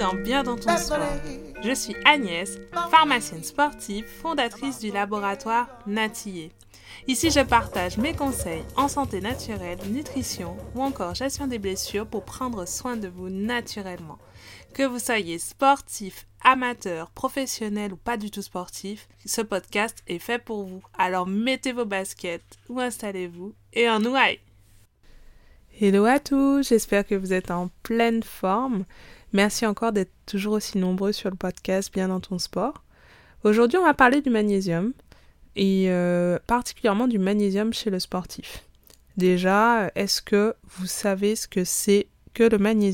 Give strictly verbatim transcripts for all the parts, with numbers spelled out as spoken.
dans Bien dans ton sport. Je suis Agnès, pharmacienne sportive, fondatrice du laboratoire Natillé. Ici, je partage mes conseils en santé naturelle, nutrition ou encore gestion des blessures pour prendre soin de vous naturellement. Que vous soyez sportif, amateur, professionnel ou pas du tout sportif, ce podcast est fait pour vous. Alors mettez vos baskets ou installez-vous et on nous aille. Hello à tous, j'espère que vous êtes en pleine forme. Merci encore d'être toujours aussi nombreux sur le podcast Bien dans ton sport. Aujourd'hui, on va parler du magnésium et euh, particulièrement du magnésium chez le sportif. Déjà, est-ce que vous savez ce que c'est que le magnésium ?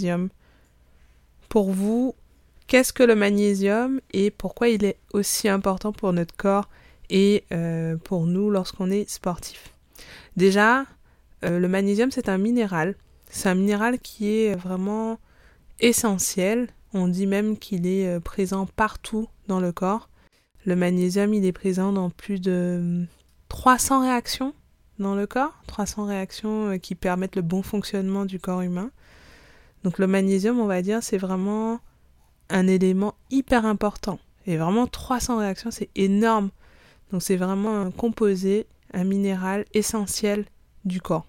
Pour vous, qu'est-ce que le magnésium et pourquoi il est aussi important pour notre corps et euh, pour nous lorsqu'on est sportif ? Déjà, euh, le magnésium, c'est un minéral. C'est un minéral qui est vraiment essentiel. On dit même qu'il est euh, présent partout dans le corps. Le magnésium, il est présent dans plus de trois cents réactions dans le corps. trois cents réactions euh, qui permettent le bon fonctionnement du corps humain. Donc le magnésium, on va dire, c'est vraiment un élément hyper important. Et vraiment, trois cents réactions, c'est énorme. Donc c'est vraiment un composé, un minéral essentiel du corps.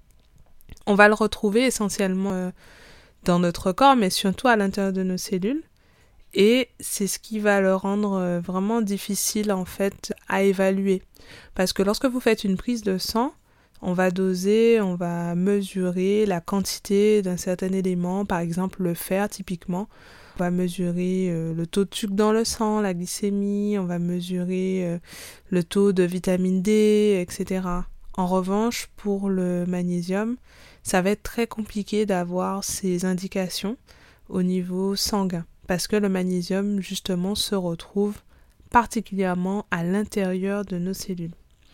On va le retrouver essentiellement euh, dans notre corps, mais surtout à l'intérieur de nos cellules. Et c'est ce qui va le rendre euh, vraiment difficile en fait à évaluer. Parce que lorsque vous faites une prise de sang, on va doser, on va mesurer la quantité d'un certain élément, par exemple le fer typiquement. On va mesurer euh, le taux de sucre dans le sang, la glycémie, on va mesurer euh, le taux de vitamine D, et cetera. En revanche, pour le magnésium, ça va être très compliqué d'avoir ces indications au niveau sanguin. Parce que le magnésium, justement, se retrouve particulièrement à l'intérieur de nos cellules.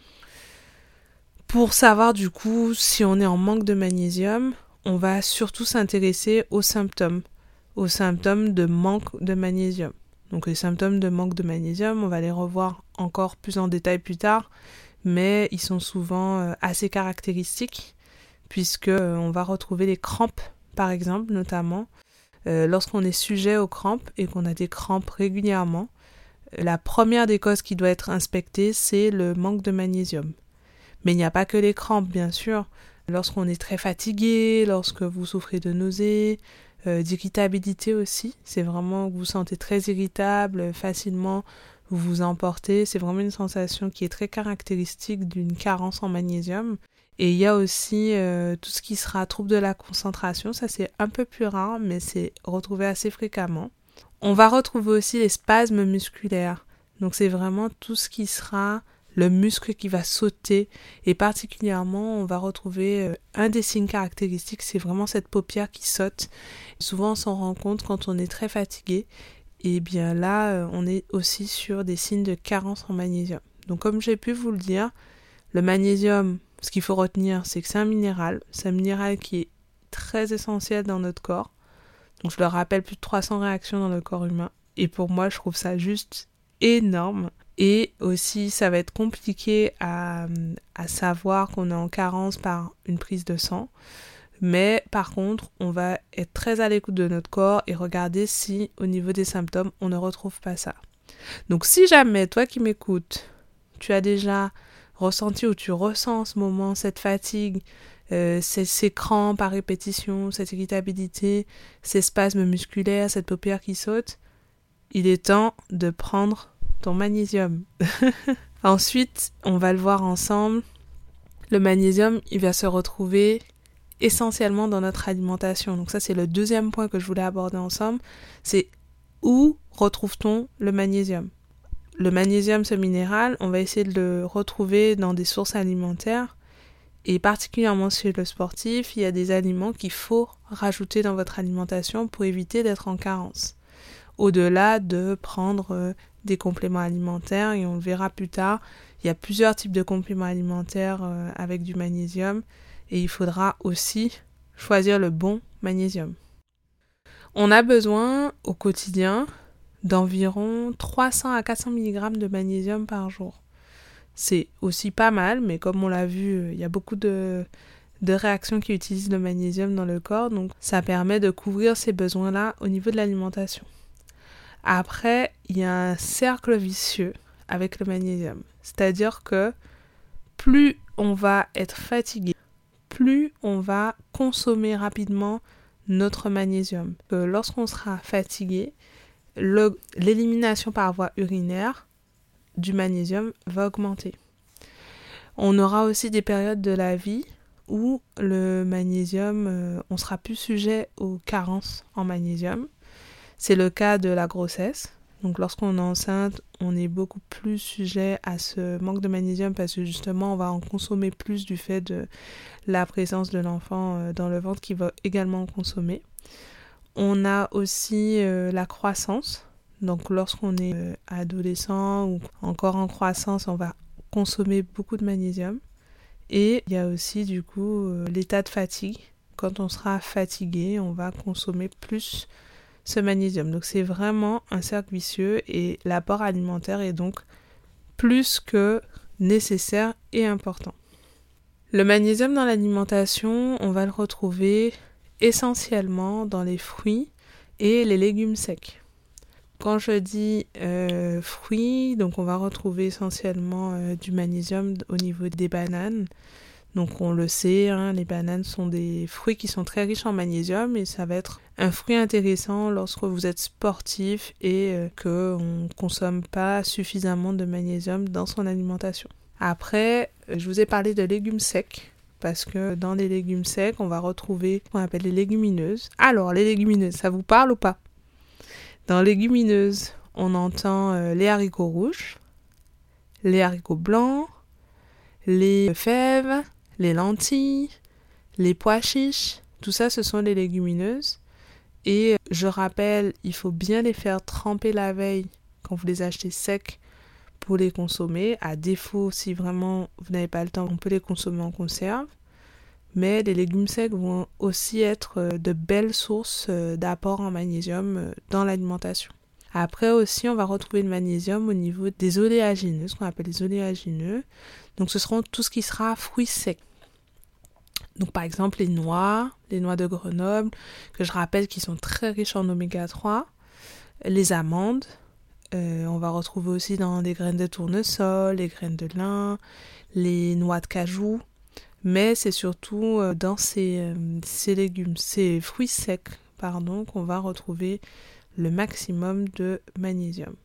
Pour savoir du coup si on est en manque de magnésium, on va surtout s'intéresser aux symptômes, aux symptômes de manque de magnésium. Donc les symptômes de manque de magnésium, on va les revoir encore plus en détail plus tard, mais ils sont souvent assez caractéristiques, puisque on va retrouver les crampes, par exemple, notamment. Euh, lorsqu'on est sujet aux crampes et qu'on a des crampes régulièrement, la première des causes qui doit être inspectée, c'est le manque de magnésium. Mais il n'y a pas que les crampes, bien sûr. Lorsqu'on est très fatigué, lorsque vous souffrez de nausées, euh, d'irritabilité aussi, c'est vraiment que vous vous sentez très irritable, facilement vous vous emportez, c'est vraiment une sensation qui est très caractéristique d'une carence en magnésium. Et il y a aussi euh, tout ce qui sera trouble de la concentration, ça c'est un peu plus rare, mais c'est retrouvé assez fréquemment. On va retrouver aussi les spasmes musculaires, donc c'est vraiment tout ce qui sera le muscle qui va sauter, et particulièrement on va retrouver euh, un des signes caractéristiques, c'est vraiment cette paupière qui saute. Souvent on s'en rend compte quand on est très fatigué, et bien là euh, on est aussi sur des signes de carence en magnésium. Donc comme j'ai pu vous le dire, le magnésium, ce qu'il faut retenir, c'est que c'est un minéral, c'est un minéral qui est très essentiel dans notre corps. Donc je le rappelle, plus de trois cents réactions dans le corps humain, et pour moi je trouve ça juste énorme. Et aussi, ça va être compliqué à, à savoir qu'on est en carence par une prise de sang. Mais par contre, on va être très à l'écoute de notre corps et regarder si, au niveau des symptômes, on ne retrouve pas ça. Donc si jamais, toi qui m'écoutes, tu as déjà ressenti ou tu ressens en ce moment cette fatigue, euh, ces, ces crampes à répétition, cette irritabilité, ces spasmes musculaires, cette paupière qui saute, il est temps de prendre ton magnésium. Ensuite, on va le voir ensemble. Le magnésium, il va se retrouver essentiellement dans notre alimentation. Donc ça, c'est le deuxième point que je voulais aborder ensemble. C'est où retrouve-t-on le magnésium ? Le magnésium, ce minéral, on va essayer de le retrouver dans des sources alimentaires. Et particulièrement chez le sportif, il y a des aliments qu'il faut rajouter dans votre alimentation pour éviter d'être en carence. Au-delà de prendre euh, des compléments alimentaires, et on le verra plus tard, il y a plusieurs types de compléments alimentaires euh, avec du magnésium, et il faudra aussi choisir le bon magnésium. On a besoin au quotidien d'environ trois cents à quatre cents milligrammes de magnésium par jour. C'est aussi pas mal, mais comme on l'a vu, il y a beaucoup de, de réactions qui utilisent le magnésium dans le corps, donc ça permet de couvrir ces besoins-là au niveau de l'alimentation. Après, il y a un cercle vicieux avec le magnésium, c'est-à-dire que plus on va être fatigué, plus on va consommer rapidement notre magnésium. Euh, lorsqu'on sera fatigué, le, l'élimination par voie urinaire du magnésium va augmenter. On aura aussi des périodes de la vie où le magnésium, euh, on sera plus sujet aux carences en magnésium. C'est le cas de la grossesse. Donc lorsqu'on est enceinte, on est beaucoup plus sujet à ce manque de magnésium parce que justement, on va en consommer plus du fait de la présence de l'enfant euh, dans le ventre qui va également en consommer. On a aussi euh, la croissance. Donc lorsqu'on est euh, adolescent ou encore en croissance, on va consommer beaucoup de magnésium. Et il y a aussi du coup euh, l'état de fatigue. Quand on sera fatigué, on va consommer plus ce magnésium. Donc c'est vraiment un cercle vicieux et l'apport alimentaire est donc plus que nécessaire et important. Le magnésium dans l'alimentation, on va le retrouver essentiellement dans les fruits et les légumes secs. Quand je dis euh, fruits, donc on va retrouver essentiellement euh, du magnésium au niveau des bananes. Donc on le sait, hein, les bananes sont des fruits qui sont très riches en magnésium et ça va être un fruit intéressant lorsque vous êtes sportif et euh, qu'on ne consomme pas suffisamment de magnésium dans son alimentation. Après, je vous ai parlé de légumes secs parce que dans les légumes secs, on va retrouver ce qu'on appelle les légumineuses. Alors, les légumineuses, ça vous parle ou pas ? Dans légumineuses, on entend euh, les haricots rouges, les haricots blancs, les fèves, les lentilles, les pois chiches, tout ça ce sont les légumineuses. Et je rappelle, il faut bien les faire tremper la veille quand vous les achetez secs pour les consommer. À défaut, si vraiment vous n'avez pas le temps, on peut les consommer en conserve. Mais les légumes secs vont aussi être de belles sources d'apport en magnésium dans l'alimentation. Après aussi, on va retrouver le magnésium au niveau des oléagineux, ce qu'on appelle les oléagineux. Donc ce seront tout ce qui sera fruits secs. Donc par exemple les noix, les noix de Grenoble, que je rappelle qui sont très riches en oméga trois, les amandes, euh, on va retrouver aussi dans les graines de tournesol, les graines de lin, les noix de cajou, mais c'est surtout euh, dans ces, euh, ces légumes, ces fruits secs, pardon, qu'on va retrouver le maximum de magnésium.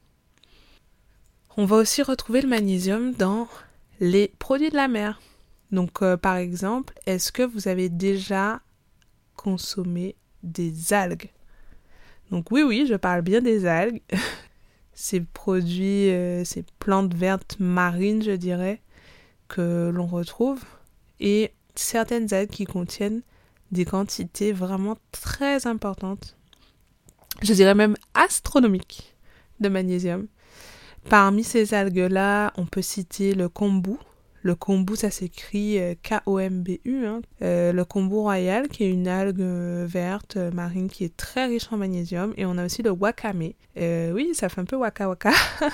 On va aussi retrouver le magnésium dans les produits de la mer. Donc, euh, par exemple, est-ce que vous avez déjà consommé des algues ? Donc oui, oui, je parle bien des algues. Ces produits, euh, ces plantes vertes marines, je dirais, que l'on retrouve. Et certaines algues qui contiennent des quantités vraiment très importantes, je dirais même astronomiques, de magnésium. Parmi ces algues-là, on peut citer le kombu. Le kombu, ça s'écrit K O M B U. Hein. Euh, le kombu royal, qui est une algue verte marine qui est très riche en magnésium. Et on a aussi le wakame. Euh, oui, ça fait un peu waka waka.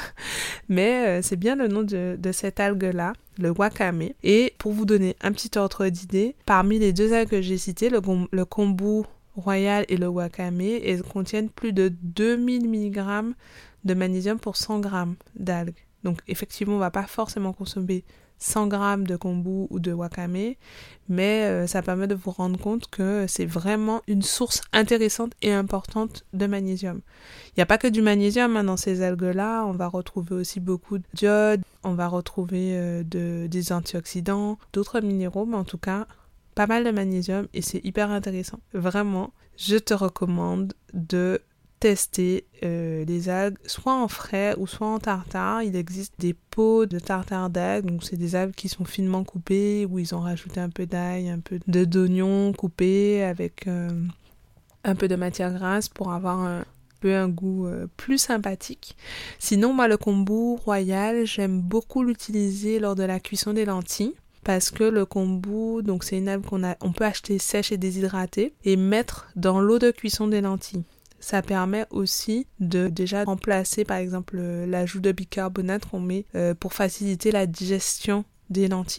Mais euh, c'est bien le nom de, de cette algue-là, le wakame. Et pour vous donner un petit ordre d'idée, parmi les deux algues que j'ai citées, le, le kombu royal et le wakame, elles contiennent plus de deux mille milligrammes de magnésium pour cent grammes d'algues. Donc effectivement, on ne va pas forcément consommer cent grammes de kombu ou de wakame, mais euh, ça permet de vous rendre compte que c'est vraiment une source intéressante et importante de magnésium. Il n'y a pas que du magnésium hein, dans ces algues-là, on va retrouver aussi beaucoup d'iode, on va retrouver euh, de, des antioxydants, d'autres minéraux, mais en tout cas, pas mal de magnésium et c'est hyper intéressant. Vraiment, je te recommande de tester euh, les algues soit en frais ou soit en tartare. Il existe des pots de tartare d'algues, donc c'est des algues qui sont finement coupées où ils ont rajouté un peu d'ail, un peu de d'oignon coupé avec euh, un peu de matière grasse pour avoir un peu un goût euh, plus sympathique. Sinon, moi le kombu royal, j'aime beaucoup l'utiliser lors de la cuisson des lentilles. Parce que le kombu, donc c'est une algue qu'on a, on peut acheter sèche et déshydratée et mettre dans l'eau de cuisson des lentilles. Ça permet aussi de déjà remplacer par exemple l'ajout de bicarbonate qu'on met euh, pour faciliter la digestion des lentilles.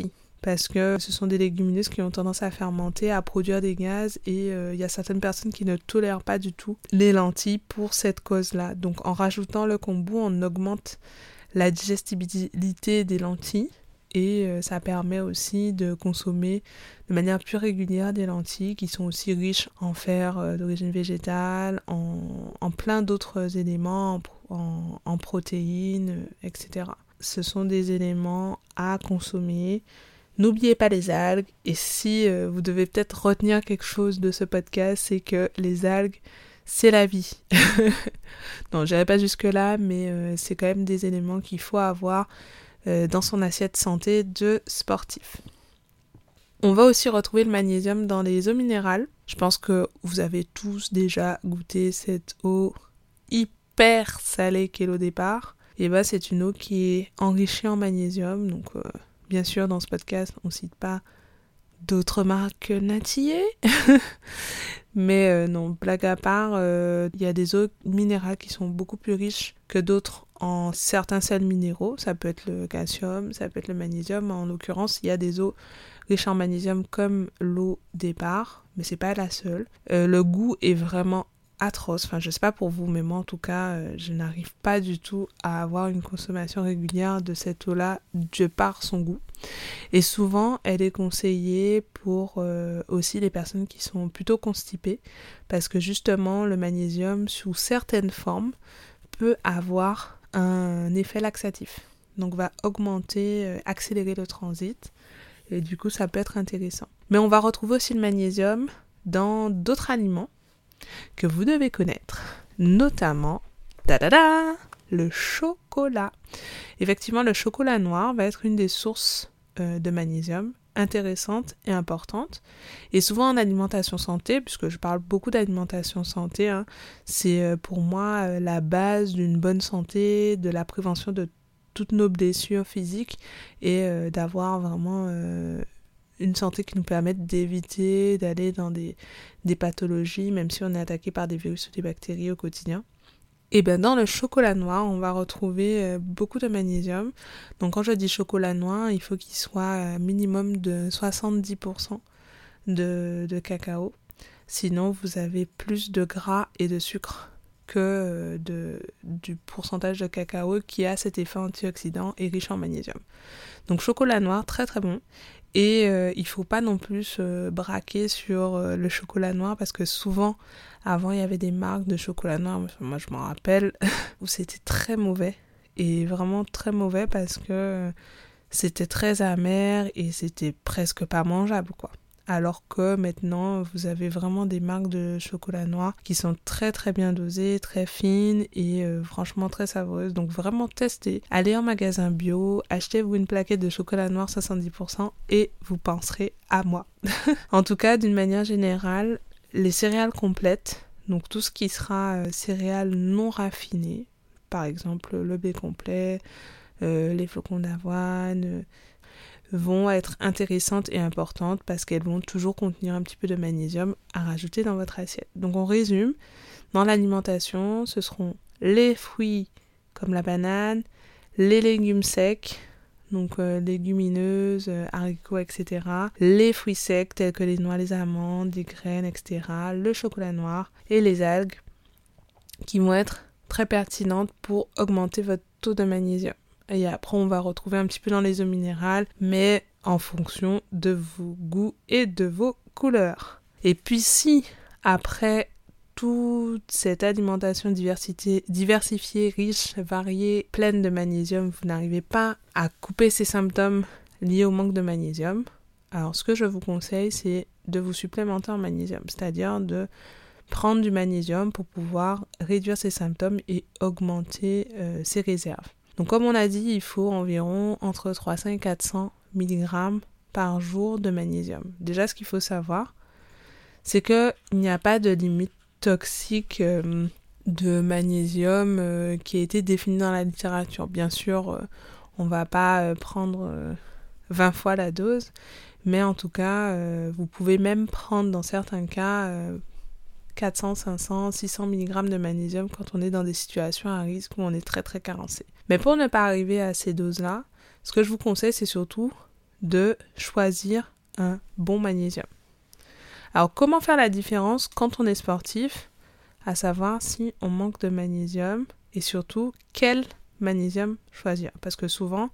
parce que ce sont des légumineuses qui ont tendance à fermenter, à produire des gaz, et il euh, y a certaines personnes qui ne tolèrent pas du tout les lentilles pour cette cause-là. Donc en rajoutant le kombu, on augmente la digestibilité des lentilles, et euh, ça permet aussi de consommer de manière plus régulière des lentilles qui sont aussi riches en fer euh, d'origine végétale, en, en plein d'autres éléments, en, en, en protéines, et cetera. Ce sont des éléments à consommer. N'oubliez pas les algues, et si euh, vous devez peut-être retenir quelque chose de ce podcast, c'est que les algues, c'est la vie. Non, je n'irai pas jusque-là, mais euh, c'est quand même des éléments qu'il faut avoir dans son assiette santé de sportif. On va aussi retrouver le magnésium dans les eaux minérales. Je pense que vous avez tous déjà goûté cette eau hyper salée qu'est l'eau départ. Et bah c'est une eau qui est enrichie en magnésium. Donc euh, bien sûr dans ce podcast on ne cite pas d'autres marques que Natillé. Mais euh, non, blague à part, il euh, y a des eaux minérales qui sont beaucoup plus riches que d'autres en certains sels minéraux. Ça peut être le calcium, ça peut être le magnésium. En l'occurrence, il y a des eaux riches en magnésium comme l'eau départ, mais c'est pas la seule. Euh, le goût est vraiment atroce. Enfin, je sais pas pour vous, mais moi en tout cas, euh, je n'arrive pas du tout à avoir une consommation régulière de cette eau-là de par son goût. Et souvent, elle est conseillée pour euh, aussi les personnes qui sont plutôt constipées, parce que justement, le magnésium, sous certaines formes, peut avoir un effet laxatif. Donc, va augmenter, euh, accélérer le transit, et du coup, ça peut être intéressant. Mais on va retrouver aussi le magnésium dans d'autres aliments que vous devez connaître, notamment, ta-da-da, le chocolat. Effectivement, le chocolat noir va être une des sources euh, de magnésium intéressantes et importantes. Et souvent en alimentation santé, puisque je parle beaucoup d'alimentation santé, hein, c'est euh, pour moi euh, la base d'une bonne santé, de la prévention de toutes nos blessures physiques et euh, d'avoir vraiment euh, une santé qui nous permette d'éviter d'aller dans des, des pathologies, même si on est attaqué par des virus ou des bactéries au quotidien. Et bien dans le chocolat noir, on va retrouver euh, beaucoup de magnésium. Donc quand je dis chocolat noir, il faut qu'il soit euh, minimum de soixante-dix pour cent de, de cacao. Sinon, vous avez plus de gras et de sucre que euh, de, du pourcentage de cacao qui a cet effet antioxydant et riche en magnésium. Donc chocolat noir, très très bon. Et euh, il ne faut pas non plus se braquer sur euh, le chocolat noir, parce que souvent, avant, il y avait des marques de chocolat noir, moi je m'en rappelle, où c'était très mauvais. Et vraiment très mauvais parce que euh, c'était très amer et c'était presque pas mangeable, quoi. Alors que maintenant, vous avez vraiment des marques de chocolat noir qui sont très très bien dosées, très fines et euh, franchement très savoureuses. Donc vraiment testez. Allez en magasin bio, achetez-vous une plaquette de chocolat noir soixante-dix pour cent et vous penserez à moi. En tout cas, d'une manière générale, les céréales complètes, donc tout ce qui sera euh, céréales non raffinées, par exemple le blé complet, euh, les flocons d'avoine, euh, vont être intéressantes et importantes parce qu'elles vont toujours contenir un petit peu de magnésium à rajouter dans votre assiette. Donc on résume, dans l'alimentation, ce seront les fruits comme la banane, les légumes secs, donc euh, légumineuses, euh, haricots, et cetera. Les fruits secs tels que les noix, les amandes, les graines, et cetera. Le chocolat noir et les algues qui vont être très pertinentes pour augmenter votre taux de magnésium. Et après, on va retrouver un petit peu dans les eaux minérales, mais en fonction de vos goûts et de vos couleurs. Et puis si, après toute cette alimentation diversifiée, riche, variée, pleine de magnésium, vous n'arrivez pas à couper ces symptômes liés au manque de magnésium, alors ce que je vous conseille, c'est de vous supplémenter en magnésium, c'est-à-dire de prendre du magnésium pour pouvoir réduire ces symptômes et augmenter euh, ses réserves. Donc comme on a dit, il faut environ entre trois cents et quatre cents milligrammes par jour de magnésium. Déjà, ce qu'il faut savoir, c'est qu'il n'y a pas de limite toxique euh, de magnésium euh, qui a été définie dans la littérature. Bien sûr, euh, on ne va pas euh, prendre euh, vingt fois la dose, mais en tout cas, euh, vous pouvez même prendre dans certains cas euh, quatre cents, cinq cents, six cents milligrammes de magnésium quand on est dans des situations à risque où on est très très carencé. Mais pour ne pas arriver à ces doses-là, ce que je vous conseille, c'est surtout de choisir un bon magnésium. Alors, comment faire la différence quand on est sportif, à savoir si on manque de magnésium et surtout quel magnésium choisir? Parce que souvent,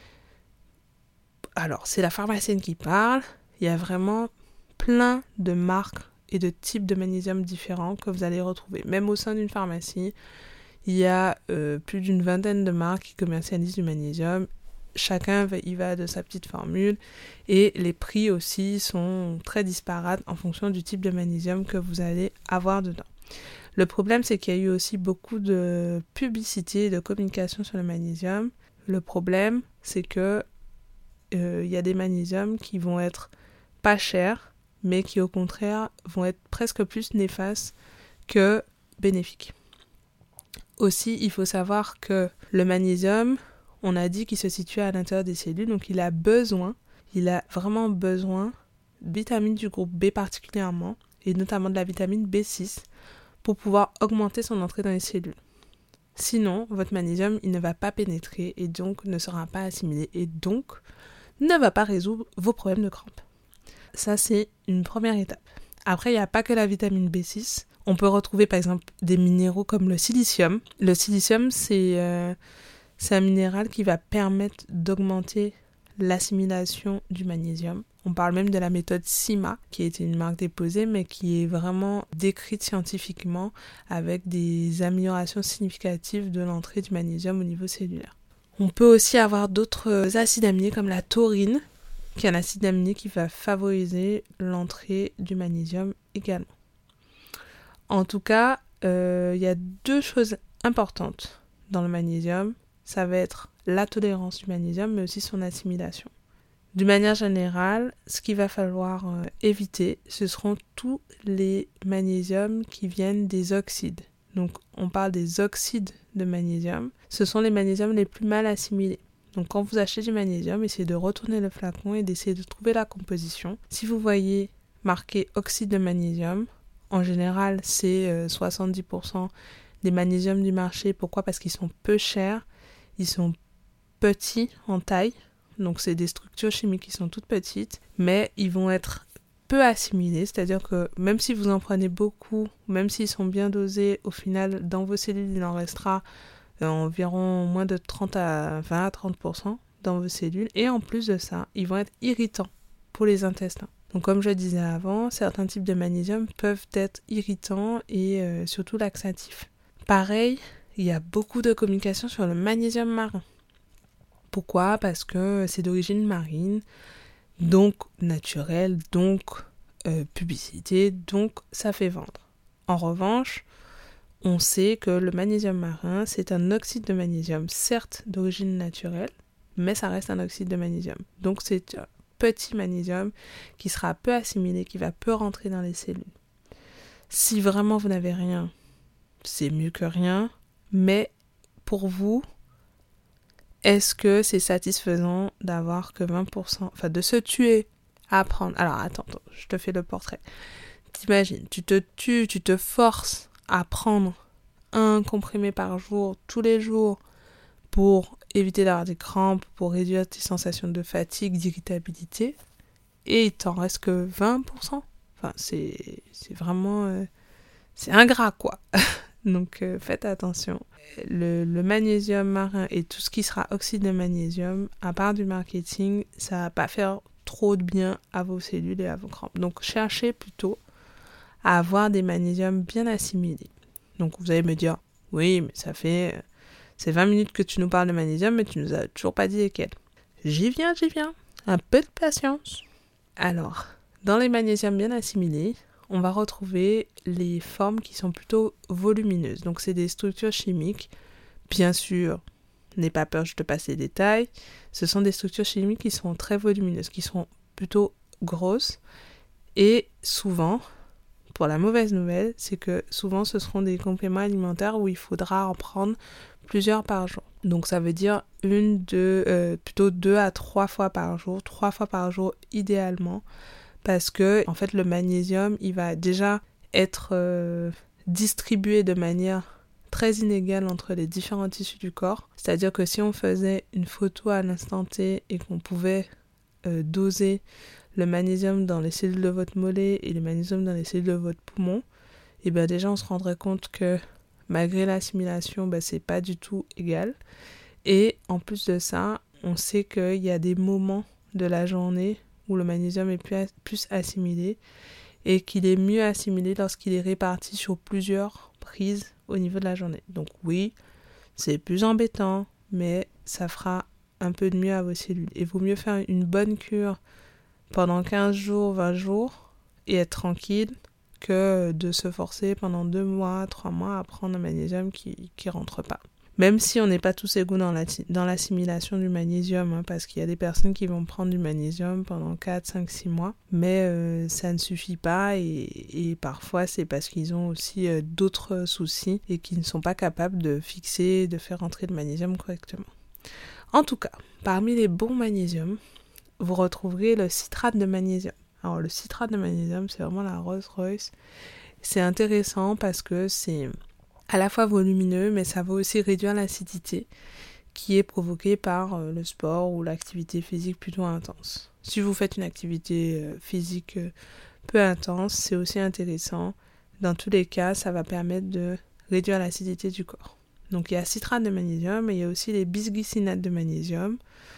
alors c'est la pharmacienne qui parle, il y a vraiment plein de marques et de types de magnésium différents que vous allez retrouver. Même au sein d'une pharmacie, il y a euh, plus d'une vingtaine de marques qui commercialisent du magnésium. Chacun y va de sa petite formule et les prix aussi sont très disparates en fonction du type de magnésium que vous allez avoir dedans. Le problème, c'est qu'il y a eu aussi beaucoup de publicité et de communication sur le magnésium. Le problème, c'est que euh, il y a des magnésiums qui vont être pas chers, mais qui au contraire vont être presque plus néfastes que bénéfiques. Aussi, il faut savoir que le magnésium, on a dit qu'il se situe à l'intérieur des cellules, donc il a besoin, il a vraiment besoin de vitamines du groupe B particulièrement, et notamment de la vitamine B six, pour pouvoir augmenter son entrée dans les cellules. Sinon, votre magnésium, il ne va pas pénétrer et donc ne sera pas assimilé et donc ne va pas résoudre vos problèmes de crampes. Ça, c'est une première étape. Après, il n'y a pas que la vitamine B six. On peut retrouver par exemple des minéraux comme le silicium. Le silicium, c'est, euh, c'est un minéral qui va permettre d'augmenter l'assimilation du magnésium. On parle même de la méthode SIMA, qui est une marque déposée, mais qui est vraiment décrite scientifiquement avec des améliorations significatives de l'entrée du magnésium au niveau cellulaire. On peut aussi avoir d'autres acides aminés comme la taurine, qui est un acide aminé qui va favoriser l'entrée du magnésium également. En tout cas, euh, il y a deux choses importantes dans le magnésium. Ça va être la tolérance du magnésium, mais aussi son assimilation. D'une manière générale, ce qu'il va falloir euh, éviter, ce seront tous les magnésiums qui viennent des oxydes. Donc, on parle des oxydes de magnésium. Ce sont les magnésiums les plus mal assimilés. Donc, quand vous achetez du magnésium, essayez de retourner le flacon et d'essayer de trouver la composition. Si vous voyez marqué oxyde de magnésium, en général, c'est euh, soixante-dix pour cent des magnésiums du marché. Pourquoi ? Parce qu'ils sont peu chers, ils sont petits en taille. Donc, c'est des structures chimiques qui sont toutes petites, mais ils vont être peu assimilés, c'est-à-dire que même si vous en prenez beaucoup, même s'ils sont bien dosés, au final, dans vos cellules, il en restera euh, environ moins de trente à vingt à trente pour cent dans vos cellules. Et en plus de ça, ils vont être irritants pour les intestins. Donc, comme je disais avant, certains types de magnésium peuvent être irritants et euh, surtout laxatifs. Pareil, il y a beaucoup de communication sur le magnésium marin. Pourquoi ? Parce que c'est d'origine marine, donc naturel, donc euh, publicité, donc ça fait vendre. En revanche, on sait que le magnésium marin, c'est un oxyde de magnésium, certes d'origine naturelle, mais ça reste un oxyde de magnésium. Donc c'est un petit magnésium qui sera peu assimilé, qui va peu rentrer dans les cellules. Si vraiment vous n'avez rien, c'est mieux que rien, mais pour vous, est-ce que c'est satisfaisant d'avoir que vingt pour cent, enfin de se tuer à apprendre. Alors attends, attends, je te fais le portrait. T'imagines, tu te tues, tu te forces à prendre un comprimé par jour, tous les jours, pour éviter d'avoir des crampes, pour réduire tes sensations de fatigue, d'irritabilité, et il t'en reste que vingt pour cent. Enfin, c'est, c'est vraiment... Euh, c'est ingrat, quoi. Donc, euh, faites attention. Le, le magnésium marin et tout ce qui sera oxyde de magnésium, à part du marketing, ça va pas faire trop de bien à vos cellules et à vos crampes. Donc, cherchez plutôt à avoir des magnésiums bien assimilés. Donc, vous allez me dire, oui, mais ça fait... Euh, c'est vingt minutes que tu nous parles de magnésium, mais tu nous as toujours pas dit lesquels. J'y viens, j'y viens. Un peu de patience. Alors, dans les magnésiums bien assimilés, on va retrouver les formes qui sont plutôt volumineuses. Donc, c'est des structures chimiques. Bien sûr, n'aie pas peur, je te passe les détails. Ce sont des structures chimiques qui sont très volumineuses, qui sont plutôt grosses. Et souvent, pour la mauvaise nouvelle, c'est que souvent, ce seront des compléments alimentaires où il faudra en prendre plusieurs par jour. Donc, ça veut dire une, deux, euh, plutôt deux à trois fois par jour. Trois fois par jour, idéalement. Parce que, en fait, le magnésium, il va déjà être euh, distribué de manière très inégale entre les différents tissus du corps. C'est-à-dire que si on faisait une photo à l'instant T et qu'on pouvait euh, doser le magnésium dans les cellules de votre mollet et le magnésium dans les cellules de votre poumon, et bien déjà on se rendrait compte que malgré l'assimilation, ben, c'est pas du tout égal. Et en plus de ça, on sait qu'il y a des moments de la journée où le magnésium est plus, plus assimilé et qu'il est mieux assimilé lorsqu'il est réparti sur plusieurs prises au niveau de la journée. Donc oui, c'est plus embêtant, mais ça fera un peu de mieux à vos cellules. Il vaut mieux faire une bonne cure pendant quinze jours, vingt jours et être tranquille que de se forcer pendant deux mois, trois mois à prendre un magnésium qui ne rentre pas. Même si on n'est pas tous égaux dans, la, dans l'assimilation du magnésium, hein, parce qu'il y a des personnes qui vont prendre du magnésium pendant quatre, cinq, six mois, mais euh, ça ne suffit pas et, et parfois c'est parce qu'ils ont aussi euh, d'autres soucis et qu'ils ne sont pas capables de fixer, de faire rentrer le magnésium correctement. En tout cas, parmi les bons magnésiums, vous retrouverez le citrate de magnésium. Alors le citrate de magnésium, c'est vraiment la Rolls Royce. C'est intéressant parce que c'est à la fois volumineux, mais ça va aussi réduire l'acidité qui est provoquée par euh, le sport ou l'activité physique plutôt intense. Si vous faites une activité euh, physique euh, peu intense, c'est aussi intéressant. Dans tous les cas, ça va permettre de réduire l'acidité du corps. Donc il y a citrate de magnésium et il y a aussi les bisglycinates de magnésium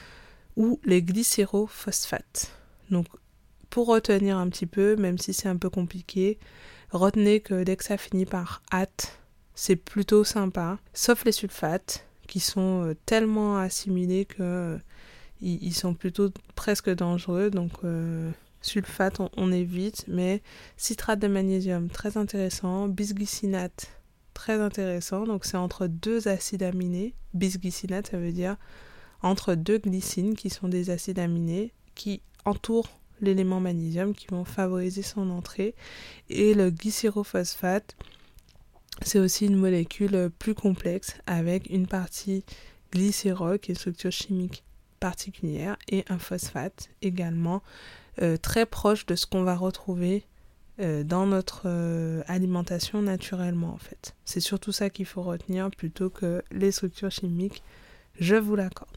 ou les glycérophosphates. Donc pour retenir un petit peu, même si c'est un peu compliqué, retenez que dès que ça finit par ate, c'est plutôt sympa, sauf les sulfates qui sont euh, tellement assimilés que euh, ils, ils sont plutôt presque dangereux. Donc euh, sulfate on, on évite, mais citrate de magnésium très intéressant, bisglycinate très intéressant. Donc c'est entre deux acides aminés. Bisglycinate ça veut dire entre deux glycines qui sont des acides aminés qui entourent l'élément magnésium, qui vont favoriser son entrée. Et le glycérophosphate, c'est aussi une molécule plus complexe avec une partie glycérol qui est une structure chimique particulière et un phosphate également euh, très proche de ce qu'on va retrouver euh, dans notre euh, alimentation naturellement en fait. C'est surtout ça qu'il faut retenir plutôt que les structures chimiques, je vous l'accorde.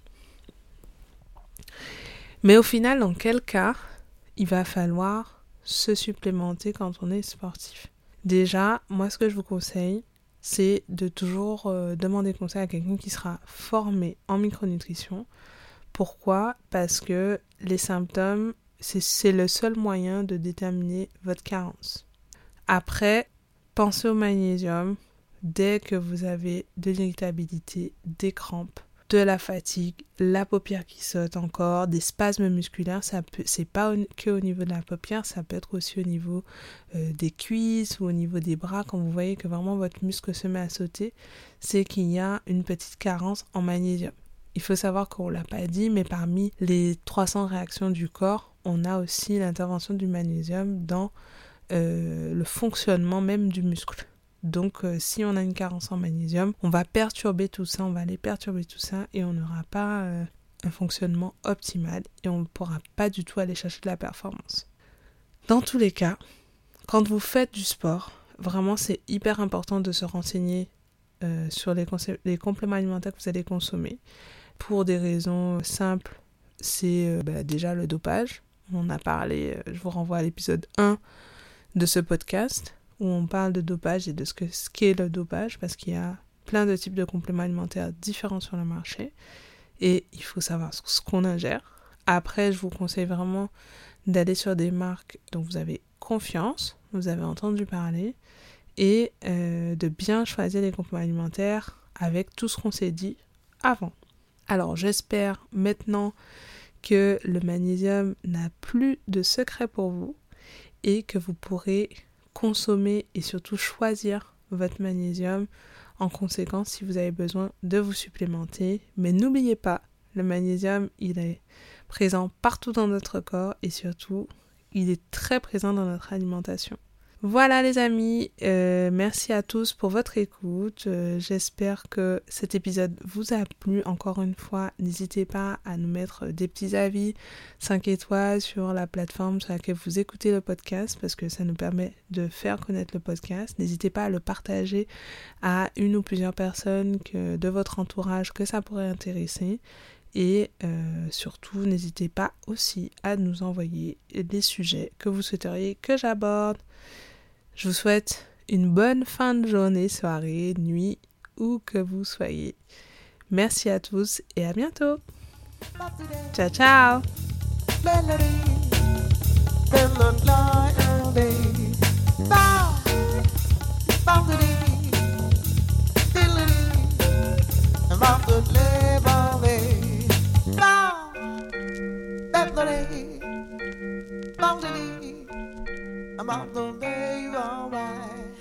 Mais au final, dans quel cas il va falloir se supplémenter quand on est sportif? Déjà, moi ce que je vous conseille, c'est de toujours euh, demander conseil à quelqu'un qui sera formé en micronutrition. Pourquoi ? Parce que les symptômes, c'est, c'est le seul moyen de déterminer votre carence. Après, pensez au magnésium dès que vous avez de l'irritabilité, des crampes, de la fatigue, la paupière qui saute encore, des spasmes musculaires, ça peut, c'est pas au, que au niveau de la paupière, ça peut être aussi au niveau euh, des cuisses ou au niveau des bras. Quand vous voyez que vraiment votre muscle se met à sauter, c'est qu'il y a une petite carence en magnésium. Il faut savoir qu'on ne l'a pas dit, mais parmi les trois cents réactions du corps, on a aussi l'intervention du magnésium dans euh, le fonctionnement même du muscle. Donc euh, si on a une carence en magnésium, on va perturber tout ça, on va aller perturber tout ça et on n'aura pas euh, un fonctionnement optimal et on ne pourra pas du tout aller chercher de la performance. Dans tous les cas, quand vous faites du sport, vraiment c'est hyper important de se renseigner euh, sur les, conce- les compléments alimentaires que vous allez consommer. Pour des raisons simples, c'est euh, bah, déjà le dopage. On en a parlé, euh, je vous renvoie à l'épisode un de ce podcast, où on parle de dopage et de ce, que, ce qu'est le dopage, parce qu'il y a plein de types de compléments alimentaires différents sur le marché, et il faut savoir ce qu'on ingère. Après, je vous conseille vraiment d'aller sur des marques dont vous avez confiance, vous avez entendu parler, et euh, de bien choisir les compléments alimentaires avec tout ce qu'on s'est dit avant. Alors, j'espère maintenant que le magnésium n'a plus de secret pour vous, et que vous pourrez consommer et surtout choisir votre magnésium en conséquence si vous avez besoin de vous supplémenter. Mais n'oubliez pas, le magnésium, il est présent partout dans notre corps et surtout, il est très présent dans notre alimentation. Voilà les amis, euh, merci à tous pour votre écoute. Euh, j'espère que cet épisode vous a plu. Encore une fois, n'hésitez pas à nous mettre des petits avis, cinq étoiles sur la plateforme sur laquelle vous écoutez le podcast parce que ça nous permet de faire connaître le podcast. N'hésitez pas à le partager à une ou plusieurs personnes que, de votre entourage que ça pourrait intéresser. Et euh, surtout, n'hésitez pas aussi à nous envoyer des sujets que vous souhaiteriez que j'aborde. Je vous souhaite une bonne fin de journée, soirée, nuit, où que vous soyez. Merci à tous et à bientôt. Ciao, ciao. I'm out the day,